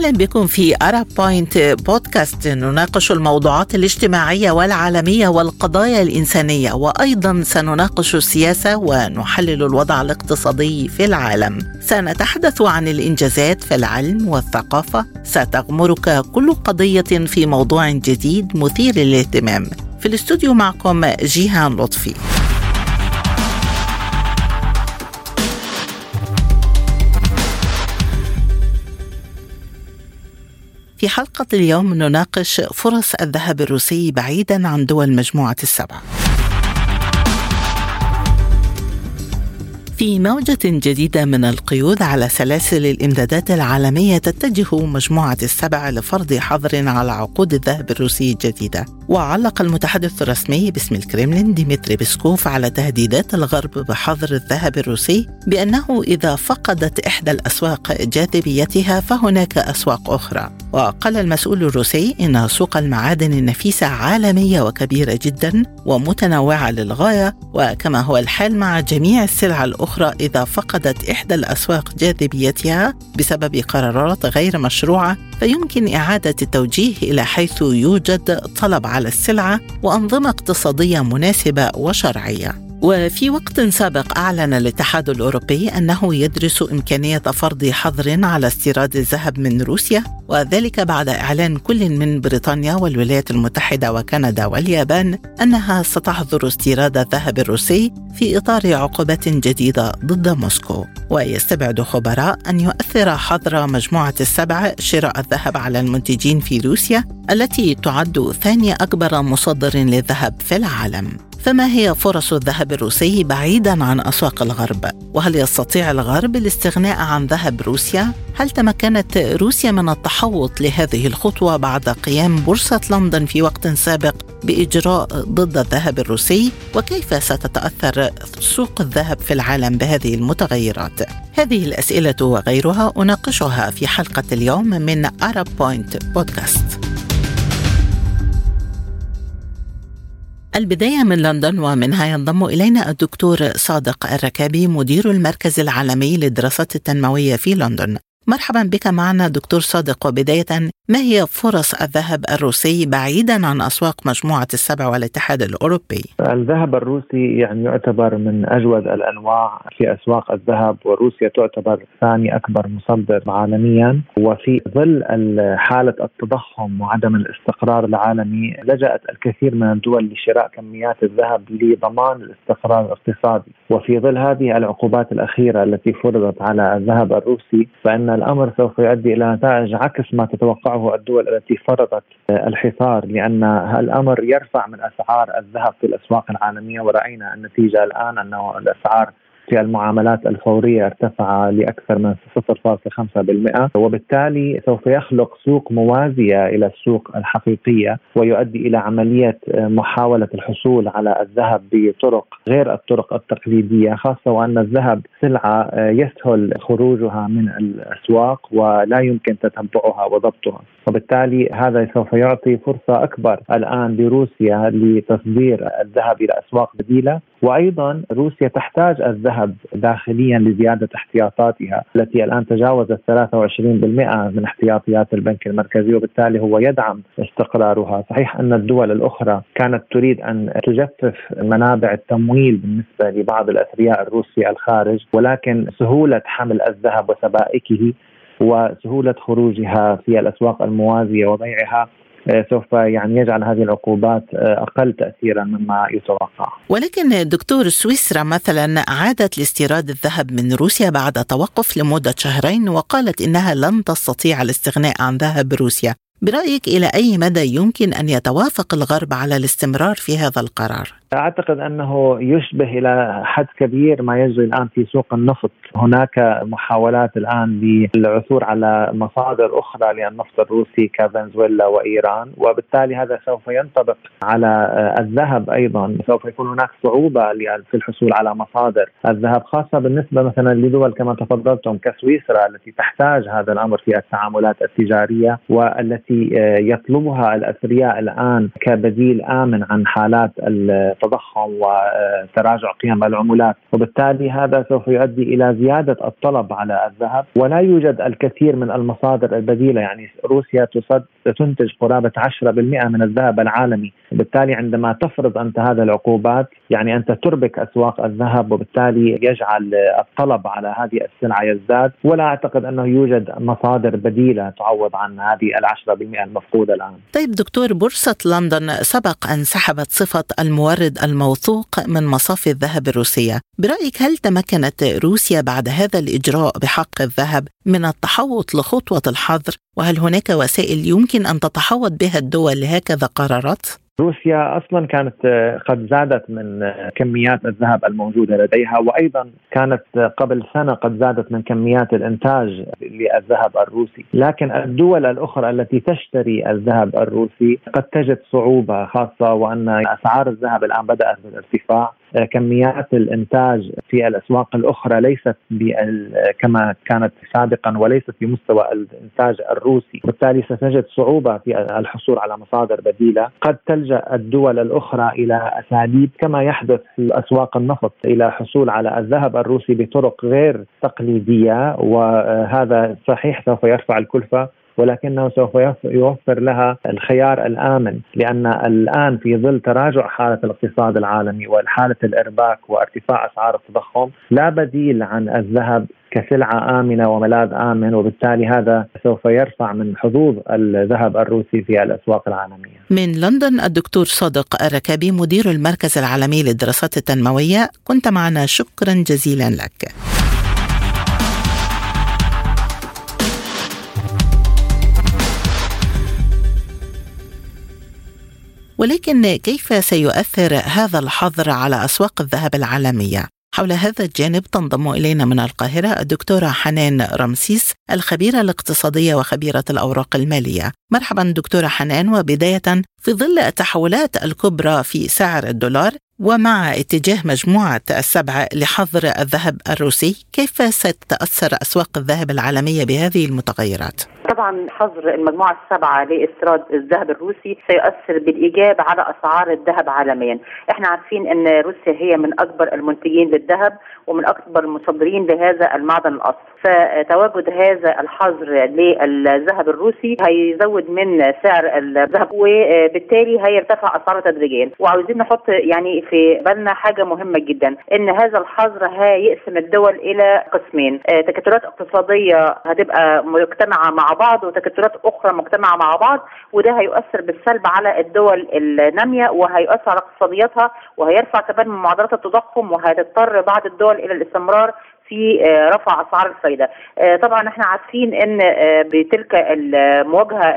أهلا بكم في أرب بوينت بودكاست، نناقش الموضوعات الاجتماعية والعالمية والقضايا الإنسانية، وأيضا سنناقش السياسة ونحلل الوضع الاقتصادي في العالم. سنتحدث عن الإنجازات في العلم والثقافة. ستغمرك كل قضية في موضوع جديد مثير للاهتمام. في الاستوديو معكم جيهان لطفي. في حلقة اليوم نناقش فرص الذهب الروسي بعيداً عن دول مجموعة السبع. في موجة جديدة من القيود على سلاسل الإمدادات العالمية، تتجه مجموعة السبع لفرض حظر على عقود الذهب الروسي الجديدة. وعلق المتحدث الرسمي باسم الكرملين ديمتري بيسكوف على تهديدات الغرب بحظر الذهب الروسي بأنه إذا فقدت إحدى الأسواق جاذبيتها فهناك أسواق أخرى. وقال المسؤول الروسي إن سوق المعادن النفيسة عالمية وكبيرة جدا ومتنوعة للغاية، وكما هو الحال مع جميع السلع الأخرى إذا فقدت إحدى الأسواق جاذبيتها بسبب قرارات غير مشروعة فيمكن إعادة التوجيه إلى حيث يوجد طلب على السلعة وأنظمة اقتصادية مناسبة وشرعية. وفي وقت سابق أعلن الاتحاد الأوروبي أنه يدرس إمكانية فرض حظر على استيراد الذهب من روسيا، وذلك بعد إعلان كل من بريطانيا والولايات المتحدة وكندا واليابان أنها ستحظر استيراد الذهب الروسي في إطار عقوبات جديدة ضد موسكو. ويستبعد خبراء أن يؤثر حظر مجموعة السبع شراء الذهب على المنتجين في روسيا التي تعد ثاني أكبر مصدر للذهب في العالم. فما هي فرص الذهب الروسي بعيداً عن أسواق الغرب؟ وهل يستطيع الغرب الاستغناء عن ذهب روسيا؟ هل تمكنت روسيا من التحوط لهذه الخطوة بعد قيام بورصة لندن في وقت سابق بإجراء ضد الذهب الروسي؟ وكيف ستتأثر سوق الذهب في العالم بهذه المتغيرات؟ هذه الأسئلة وغيرها أناقشها في حلقة اليوم من أرب بوينت بودكاست. البداية من لندن، ومنها ينضم إلينا الدكتور صادق الركابي مدير المركز العالمي للدراسات التنموية في لندن. مرحبا بك معنا دكتور صادق. وبداية، ما هي فرص الذهب الروسي بعيدا عن أسواق مجموعة السبع والاتحاد الأوروبي؟ الذهب الروسي يعتبر من أجود الأنواع في أسواق الذهب، وروسيا تعتبر ثاني أكبر مصدر عالميا. وفي ظل حالة التضخم وعدم الاستقرار العالمي لجأت الكثير من الدول لشراء كميات الذهب لضمان الاستقرار الاقتصادي. وفي ظل هذه العقوبات الأخيرة التي فرضت على الذهب الروسي، فإن الأمر سوف يؤدي إلى نتائج عكس ما تتوقعه الدول التي فرضت الحصار، لأن الأمر يرفع من أسعار الذهب في الأسواق العالمية. ورأينا النتيجة الآن أنه الأسعار في المعاملات الفورية ارتفع لأكثر من 0.5%، وبالتالي سوف يخلق سوق موازية إلى السوق الحقيقية، ويؤدي إلى عملية محاولة الحصول على الذهب بطرق غير الطرق التقليدية، خاصة وأن الذهب سلعة يسهل خروجها من الأسواق ولا يمكن تتبعها وضبطها. وبالتالي هذا سوف يعطي فرصة أكبر الآن لروسيا لتصدير الذهب إلى أسواق بديلة. وأيضا روسيا تحتاج الذهب داخليا لزيادة احتياطاتها التي الآن تجاوزت 23% من احتياطيات البنك المركزي، وبالتالي هو يدعم استقرارها. صحيح أن الدول الأخرى كانت تريد أن تجفف منابع التمويل بالنسبة لبعض الأثرياء الروسي الخارج، ولكن سهولة حمل الذهب وسبائكه وسهولة خروجها في الأسواق الموازية وبيعها سوف يجعل هذه العقوبات أقل تأثيرا مما يتوقع. ولكن دكتور، سويسرا مثلا عادت لاستيراد الذهب من روسيا بعد توقف لمدة 2 شهور، وقالت إنها لن تستطيع الاستغناء عن ذهب روسيا. برأيك إلى أي مدى يمكن أن يتوافق الغرب على الاستمرار في هذا القرار؟ أعتقد أنه يشبه إلى حد كبير ما يجري الآن في سوق النفط. هناك محاولات الآن للعثور على مصادر أخرى للنفط الروسي كفنزويلا وإيران، وبالتالي هذا سوف ينطبق على الذهب أيضا. سوف يكون هناك صعوبة في الحصول على مصادر الذهب، خاصة بالنسبة مثلا لدول كما تفضلتم كسويسرا التي تحتاج هذا الأمر في التعاملات التجارية، والتي يطلبها الأثرياء الآن كبديل آمن عن حالات التضخم وتراجع قيم العملات، وبالتالي هذا سوف يؤدي إلى زيادة الطلب على الذهب، ولا يوجد الكثير من المصادر البديلة. يعني روسيا تنتج قرابة 10% من الذهب العالمي، وبالتالي عندما تفرض أنت هذه العقوبات يعني أنت تربك أسواق الذهب، وبالتالي يجعل الطلب على هذه السلعة يزداد، ولا أعتقد أنه يوجد مصادر بديلة تعوض عن هذه 10% المفقودة الآن. طيب دكتور، بورصة لندن سبق أن سحبت صفة المورد الموثوق من مصافي الذهب الروسية. برأيك هل تمكنت روسيا بعد هذا الإجراء بحق الذهب من التحوط لخطوة الحظر؟ وهل هناك وسائل يمكن أن تتحوط بها الدول لهكذا قرارات؟ روسيا أصلا كانت قد زادت من كميات الذهب الموجودة لديها، وأيضا كانت قبل سنة قد زادت من كميات الإنتاج للذهب الروسي، لكن الدول الأخرى التي تشتري الذهب الروسي قد تجد صعوبة، خاصة وأن أسعار الذهب الآن بدأت بالارتفاع. كميات الإنتاج في الأسواق الأخرى ليست كما كانت سابقا، وليست بمستوى الإنتاج الروسي، بالتالي ستجد صعوبة في الحصول على مصادر بديلة. قد تلجأ الدول الأخرى إلى أساليب كما يحدث في أسواق النفط إلى الحصول على الذهب الروسي بطرق غير تقليدية، وهذا صحيح سوف يرفع الكلفة، ولكنه سوف يوفر لها الخيار الآمن، لأن الآن في ظل تراجع حالة الاقتصاد العالمي وحالة الإرباك وارتفاع أسعار التضخم لا بديل عن الذهب كسلعة آمنة وملاذ آمن، وبالتالي هذا سوف يرفع من حظوظ الذهب الروسي في الأسواق العالمية. من لندن الدكتور صادق الركابي، مدير المركز العالمي للدراسات التنموية، كنت معنا، شكرا جزيلا لك. ولكن كيف سيؤثر هذا الحظر على أسواق الذهب العالمية؟ حول هذا الجانب تنضم إلينا من القاهرة الدكتورة حنان رمسيس، الخبيرة الاقتصادية وخبيرة الأوراق المالية. مرحبا دكتورة حنان. وبداية، في ظل التحولات الكبرى في سعر الدولار ومع اتجاه مجموعة السبعة لحظر الذهب الروسي، كيف ستتأثر أسواق الذهب العالمية بهذه المتغيرات؟ طبعا حظر المجموعة السبعة لاستيراد الذهب الروسي سيؤثر بالإيجاب على أسعار الذهب عالميا. احنا عارفين ان روسيا هي من أكبر المنتجين للذهب ومن أكبر المصدرين لهذا المعدن الأصفر، فتواجد هذا الحظر للذهب الروسي هيزود من سعر الذهب، وبالتالي هيرتفع أسعاره تدريجيا. وعاوزين نحط يعني في بالنا حاجة مهمة جدا، ان هذا الحظر هيقسم الدول إلى قسمين، تكتلات اقتصادية هتبقى مجتمعة مع بعض وتكتلات أخرى مجتمعة مع بعض، وده هيؤثر بالسلب على الدول النامية وهيؤثر على اقتصادياتها وهيرفع كمان من معدلات التضخم، وهتضطر بعض الدول إلى الاستمرار في رفع أسعار الفايدة. طبعا احنا عارفين ان بتلك المواجهة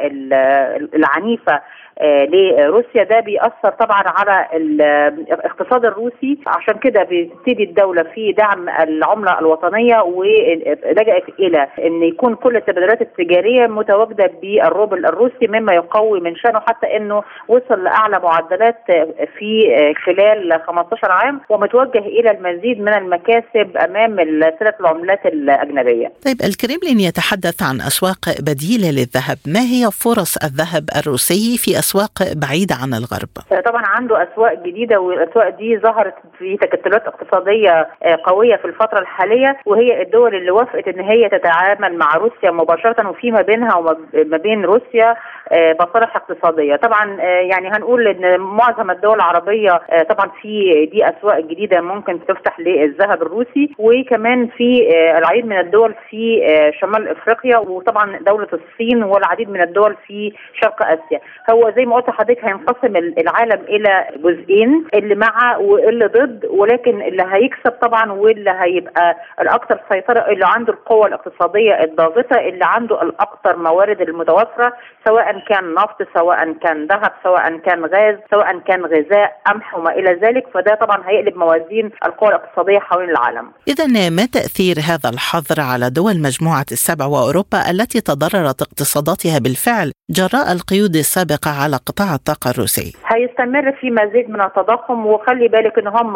العنيفة لروسيا ده بيأثر طبعا على الاقتصاد الروسي، عشان كده بتبتدي الدولة في دعم العملة الوطنية، ولجأت إلى أن يكون كل التبادلات التجارية متواجدة بالروبل الروسي، مما يقوي من شأنه حتى أنه وصل لأعلى معدلات في خلال 15 عام، ومتوجه إلى المزيد من المكاسب أمام سلة العملات الأجنبية. طيب، الكريملين يتحدث عن أسواق بديلة للذهب، ما هي فرص الذهب الروسي في أسواق بعيدة عن الغرب؟ طبعا عنده أسواق جديدة، والأسواق دي ظهرت في تكتلات اقتصادية قوية في الفترة الحالية، وهي الدول اللي وافقت ان هي تتعامل مع روسيا مباشرة، وفي ما بينها وما بين روسيا مصالح اقتصادية. طبعا يعني هنقول ان معظم الدول العربية طبعا في دي أسواق جديدة ممكن تفتح للذهب الروسي، وكمان في العديد من الدول في شمال افريقيا، وطبعا دولة الصين، والعديد من الدول في شرق آسيا. هو زي ما قلت لحضرتك هينقسم العالم الى جزئين، اللي مع واللي ضد، ولكن اللي هيكسب طبعا واللي هيبقى الاكثر سيطره اللي عنده القوه الاقتصاديه الضاغطه، اللي عنده الاكثر موارد المتوفره، سواء كان نفط، سواء كان ذهب، سواء كان غاز، سواء كان غذاء، قمح وما الى ذلك. فده طبعا هيقلب موازين القوى الاقتصاديه حوالين العالم. اذا ما تاثير هذا الحظر على دول مجموعه السبع واوروبا التي تضررت اقتصاداتها بالفعل جراء القيود السابقة على قطاع الطاقة الروسي؟ هيستمر في مزيد من التضخم، وخلي بالك ان هم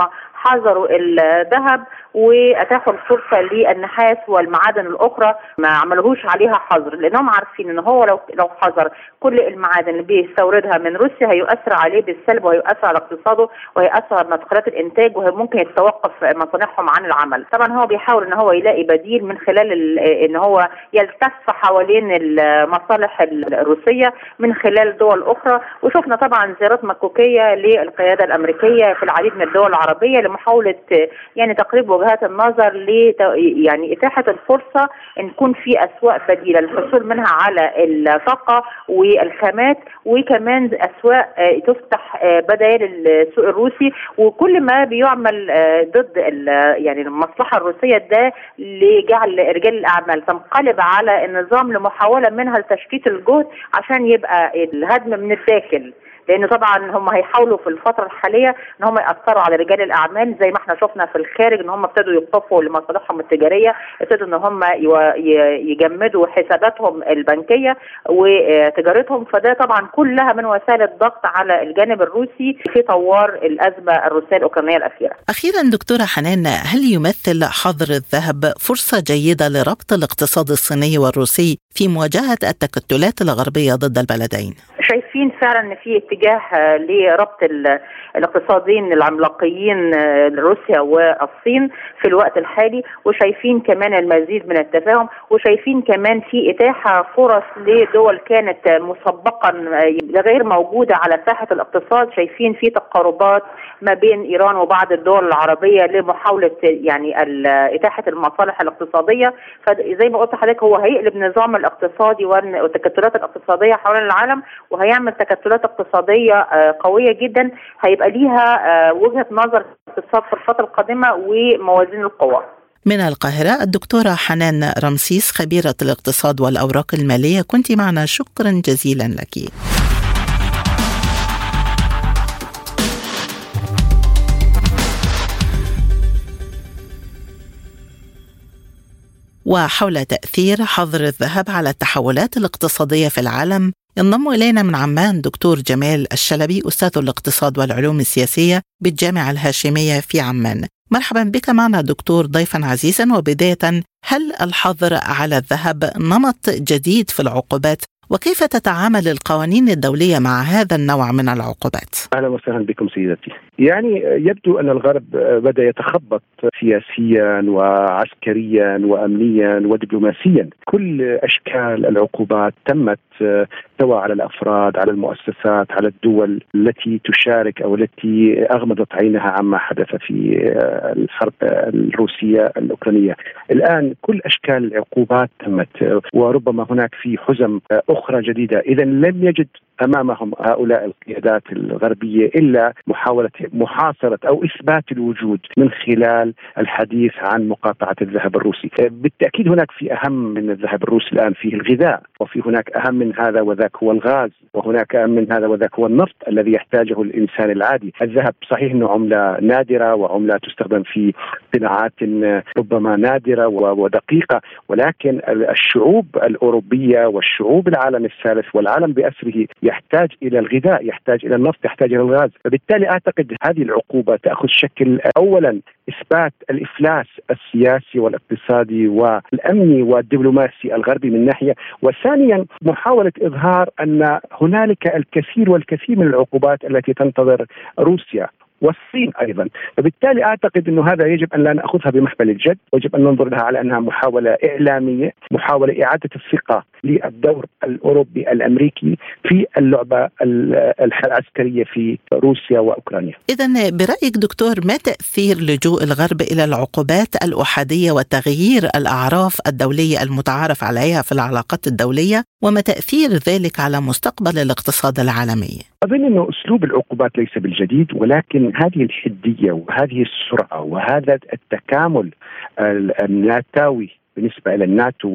حظروا الذهب واتاحوا الفرصه للنحاس والمعادن الاخرى، ما عملوهوش عليها حظر، لانهم عارفين ان هو لو حظر كل المعادن اللي بيستوردها من روسيا هيؤثر عليه بالسلب، وهيؤثر على اقتصاده، وهيؤثر على مدخلات الانتاج، وممكن يتوقف مصانعهم عن العمل. طبعا هو بيحاول ان هو يلاقي بديل من خلال ان هو يلتف حوالين المصالح الروسيه من خلال دول اخرى. وشفنا طبعا زيارات مكوكيه للقياده الامريكيه في العديد من الدول العربيه لمحاوله يعني تقريب وجهات النظر يعني اتاحه الفرصه ان يكون في اسواق بديله للحصول منها على الطاقه والخامات، وكمان اسواق تفتح بدائل السوق الروسي. وكل ما بيعمل ضد يعني المصلحه الروسيه ده لجعل رجال الاعمال تنقلب على النظام لمحاوله منها لتشتيت الجهد عشان يبقى الهدم من الداخل، لأنه طبعا هم هيحاولوا في الفترة الحالية ان هم يأثروا على رجال الأعمال زي ما احنا شفنا في الخارج، ان هم ابتدوا يقطفوا لمصالحهم التجارية، ابتدوا ان هم يجمدوا حساباتهم البنكية وتجارتهم. فده طبعا كلها من وسائل الضغط على الجانب الروسي في طوار الأزمة الروسية الأوكرانية الأخيرة. أخيرا دكتورة حنان، هل يمثل حظر الذهب فرصة جيدة لربط الاقتصاد الصيني والروسي في مواجهة التكتلات الغربية ضد البلدين؟ شايفين فعلا ان في اتجاه لربط الاقتصادين العملاقيين روسيا والصين في الوقت الحالي، وشايفين كمان المزيد من التفاهم، وشايفين كمان في اتاحه فرص لدول كانت مسبقا غير موجوده على ساحه الاقتصاد. شايفين في تقاربات ما بين ايران وبعض الدول العربيه لمحاوله يعني اتاحه المصالح الاقتصاديه. فزي ما قلت لحضرتك هو هيقلب نظام الاقتصادي والتكتلات الاقتصاديه حول العالم، وهيعمل تكتلات اقتصادية قوية جدا هيبقى ليها وجهة نظر في الاقتصاد في الفترة القادمة وموازين القوى. من القاهرة الدكتورة حنان رمسيس خبيرة الاقتصاد والأوراق المالية، كنت معنا، شكرا جزيلا لك. وحول تأثير حظر الذهب على التحولات الاقتصادية في العالم ينضم إلينا من عمان دكتور جمال الشلبي، أستاذ الاقتصاد والعلوم السياسية بالجامعة الهاشمية في عمان. مرحبا بك معنا دكتور ضيفا عزيزا. وبداية، هل الحظر على الذهب نمط جديد في العقوبات؟ وكيف تتعامل القوانين الدولية مع هذا النوع من العقوبات؟ أهلا وسهلا بكم سيدتي. يعني يبدو أن الغرب بدأ يتخبط سياسيا وعسكريا وأمنيا ودبلوماسيا. كل أشكال العقوبات تمت سواء على الأفراد، على المؤسسات، على الدول التي تشارك أو التي أغمضت عينها عما حدث في الحرب الروسية الأوكرانية. الآن كل أشكال العقوبات تمت، وربما هناك في حزم أخرى جديدة. إذا لم يجد أمامهم هؤلاء القيادات الغربية إلا محاصرة أو إثبات الوجود من خلال الحديث عن مقاطعة الذهب الروسي. بالتأكيد هناك في أهم من الذهب الروسي الآن فيه الغذاء، وفي هناك أهم من هذا وذاك هو الغاز، وهناك أهم من هذا وذاك هو النفط الذي يحتاجه الإنسان العادي. الذهب صحيح أنه عملة نادرة وعملة تستخدم في صناعات ربما نادرة ودقيقة، ولكن الشعوب الأوروبية والشعوب العالم الثالث والعالم بأسره يحتاج إلى الغذاء، يحتاج إلى النفط، يحتاج إلى الغاز. فبالتالي أعتقد هذه العقوبة تأخذ شكل أولا إثبات الإفلاس السياسي والاقتصادي والأمني والدبلوماسي الغربي من ناحية، وثانيا محاولة إظهار أن هنالك الكثير والكثير من العقوبات التي تنتظر روسيا والصين أيضا. فبالتالي أعتقد أنه هذا يجب أن لا نأخذها بمحمل الجد، ويجب أن ننظر لها على أنها محاولة إعلامية، محاولة إعادة الثقة للدور الأوروبي الأمريكي في اللعبة العسكرية في روسيا وأوكرانيا. إذن برأيك دكتور، ما تأثير لجوء الغرب إلى العقوبات الأحادية وتغيير الأعراف الدولية المتعارف عليها في العلاقات الدولية، وما تأثير ذلك على مستقبل الاقتصاد العالمي؟ أظن أنه أسلوب العقوبات ليس بالجديد، ولكن هذه الحدية وهذه السرعة وهذا التكامل الناتاوي بالنسبة إلى الناتو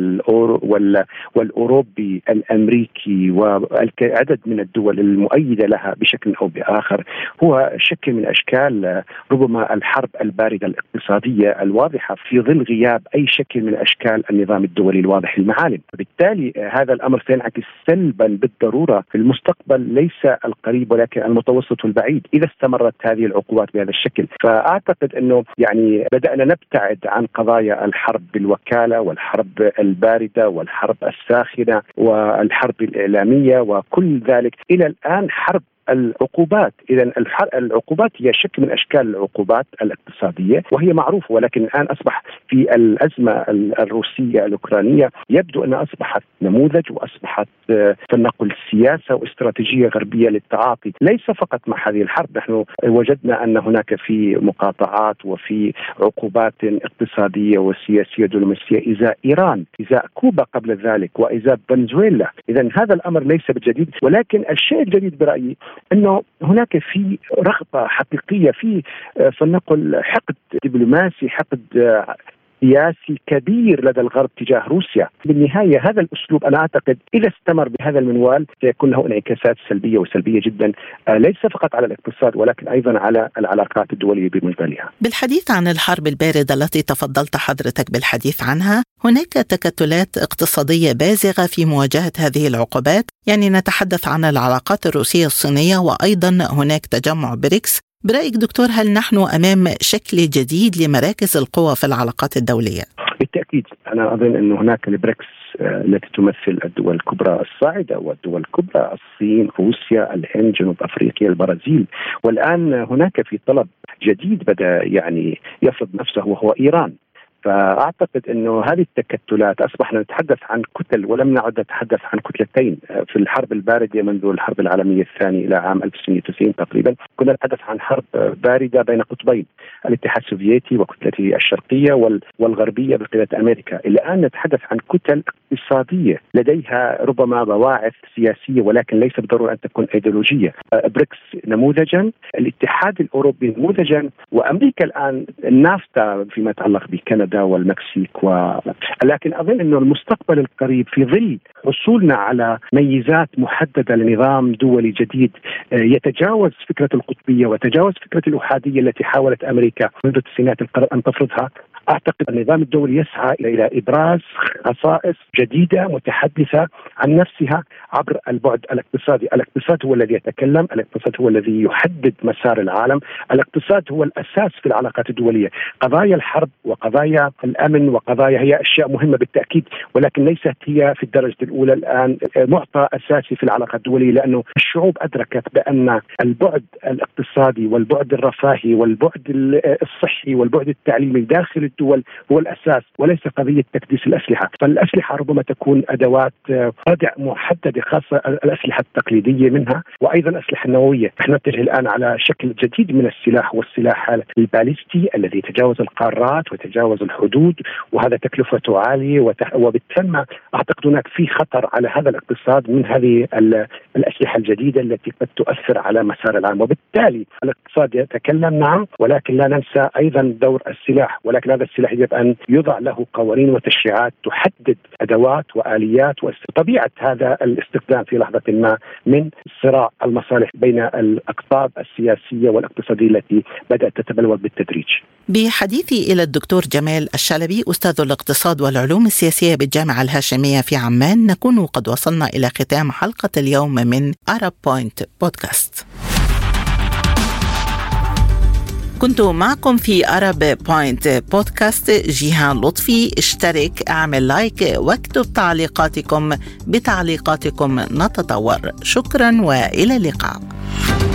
والأوروبي الأمريكي وعدد من الدول المؤيدة لها بشكل أو بآخر هو شكل من أشكال ربما الحرب الباردة الاقتصادية الواضحة في ظل غياب أي شكل من أشكال النظام الدولي الواضح المعالم. وبالتالي هذا الأمر سينعكس سلبا بالضرورة في المستقبل ليس القريب ولكن المتوسط والبعيد إذا استمرت هذه العقوبات بهذا الشكل. فأعتقد أنه يعني بدأنا نبتعد عن قضايا الحرب بالوكالة والحرب الباردة والحرب الساخنة والحرب الإعلامية وكل ذلك إلى الآن حرب العقوبات. إذن العقوبات هي شكل من أشكال العقوبات الاقتصادية وهي معروفة، ولكن الآن أصبح في الأزمة الروسية الأوكرانية يبدو أنها أصبحت نموذج وأصبحت فلنقل سياسة واستراتيجية غربية للتعاطي ليس فقط مع هذه الحرب. نحن وجدنا أن هناك في مقاطعات وفي عقوبات اقتصادية وسياسية دبلوماسية إزاء إيران، إزاء كوبا قبل ذلك، وإزاء فنزويلا. إذن هذا الأمر ليس بجديد، ولكن الشيء الجديد برأيي أنه هناك في رغبة حقيقية في فلنقل حقد دبلوماسي، حقد سياسي كبير لدى الغرب تجاه روسيا. بالنهاية هذا الأسلوب أنا أعتقد إذا استمر بهذا المنوال سيكون له انعكاسات سلبية وسلبية جدا، ليس فقط على الاقتصاد ولكن أيضا على العلاقات الدولية بمجملها. بالحديث عن الحرب الباردة التي تفضلت حضرتك بالحديث عنها، هناك تكتلات اقتصادية بازغة في مواجهة هذه العقوبات، يعني نتحدث عن العلاقات الروسية الصينية وأيضا هناك تجمع بريكس. برأيك دكتور هل نحن أمام شكل جديد لمراكز القوى في العلاقات الدولية؟ بالتأكيد أنا أظن أن هناك البريكس التي تمثل الدول الكبرى الصاعدة والدول الكبرى الصين، روسيا، الهند، جنوب أفريقيا، البرازيل، والآن هناك في طلب جديد بدأ يعني يفرض نفسه وهو إيران. فأعتقد أنه هذه التكتلات أصبحنا نتحدث عن كتل ولم نعد نتحدث عن كتلتين. في الحرب الباردة منذ الحرب العالمية الثانية إلى عام 1990 تقريبا كنا نتحدث عن حرب باردة بين قطبين، الاتحاد السوفيتي وكتلته الشرقية والغربية بقيادة أمريكا. الآن نتحدث عن كتل اقتصادية لديها ربما بواعث سياسية ولكن ليس بالضرورة أن تكون أيديولوجية. بريكس نموذجا، الاتحاد الأوروبي نموذجا، وأمريكا الآن النافتا فيما يتعلق بكندا والمكسيك لكن أظن أنه المستقبل القريب في ظل حصولنا على ميزات محددة لنظام دولي جديد يتجاوز فكرة القطبية ويتجاوز فكرة الأحادية التي حاولت أمريكا منذ تسعينات القرن أن تفرضها. أعتقد النظام الدولي يسعى إلى إبراز خصائص جديدة متحدثة عن نفسها عبر البعد الاقتصادي. الاقتصاد هو الذي يتكلم، الاقتصاد هو الذي يحدد مسار العالم، الاقتصاد هو الأساس في العلاقات الدولية. قضايا الحرب وقضايا الأمن وقضايا هي أشياء مهمة بالتأكيد، ولكن ليست هي في الدرجة الأولى الآن معطى أساسي في العلاقات الدولية، لأنه الشعوب أدركت بأن البعد الاقتصادي والبعد الرفاهي والبعد الصحي والبعد التعليمي داخل الدول هو الأساس وليس قضية تكديس الأسلحة. فالأسلحة ربما تكون أدوات ردع محددة خاصة الأسلحة التقليدية منها وأيضا الأسلحة النووية. نحن نتجه الآن على شكل جديد من السلاح والسلاح الباليستي الذي يتجاوز القارات ويتجاوز الحدود، وهذا تكلفته عالية وبالتالي أعتقد هناك في خطر على هذا الاقتصاد من هذه الأسلحة الجديدة التي قد تؤثر على مسار العالم. وبالتالي الاقتصاد يتكلم نعم، ولكن لا ننسى أيضا دور السلاح، ولكن هذا السلاح يجب أن يضع له قوانين وتشريعات تحدد أدوات وآليات وطبيعة هذا الاستخدام في لحظة ما من صراع المصالح بين الأقطاب السياسية والاقتصادية التي بدأت تتبلور بالتدريج. بحديثي إلى الدكتور جمال الشلبي أستاذ الاقتصاد والعلوم السياسية بالجامعة الهاشمية في عمان، نكون قد وصلنا إلى ختام حلقة اليوم من Arab Point بودكاست. كنت معكم في Arab Point بودكاست جيهان لطفي. اشترك، اعمل لايك، واكتب تعليقاتكم. بتعليقاتكم نتطور. شكرا وإلى اللقاء.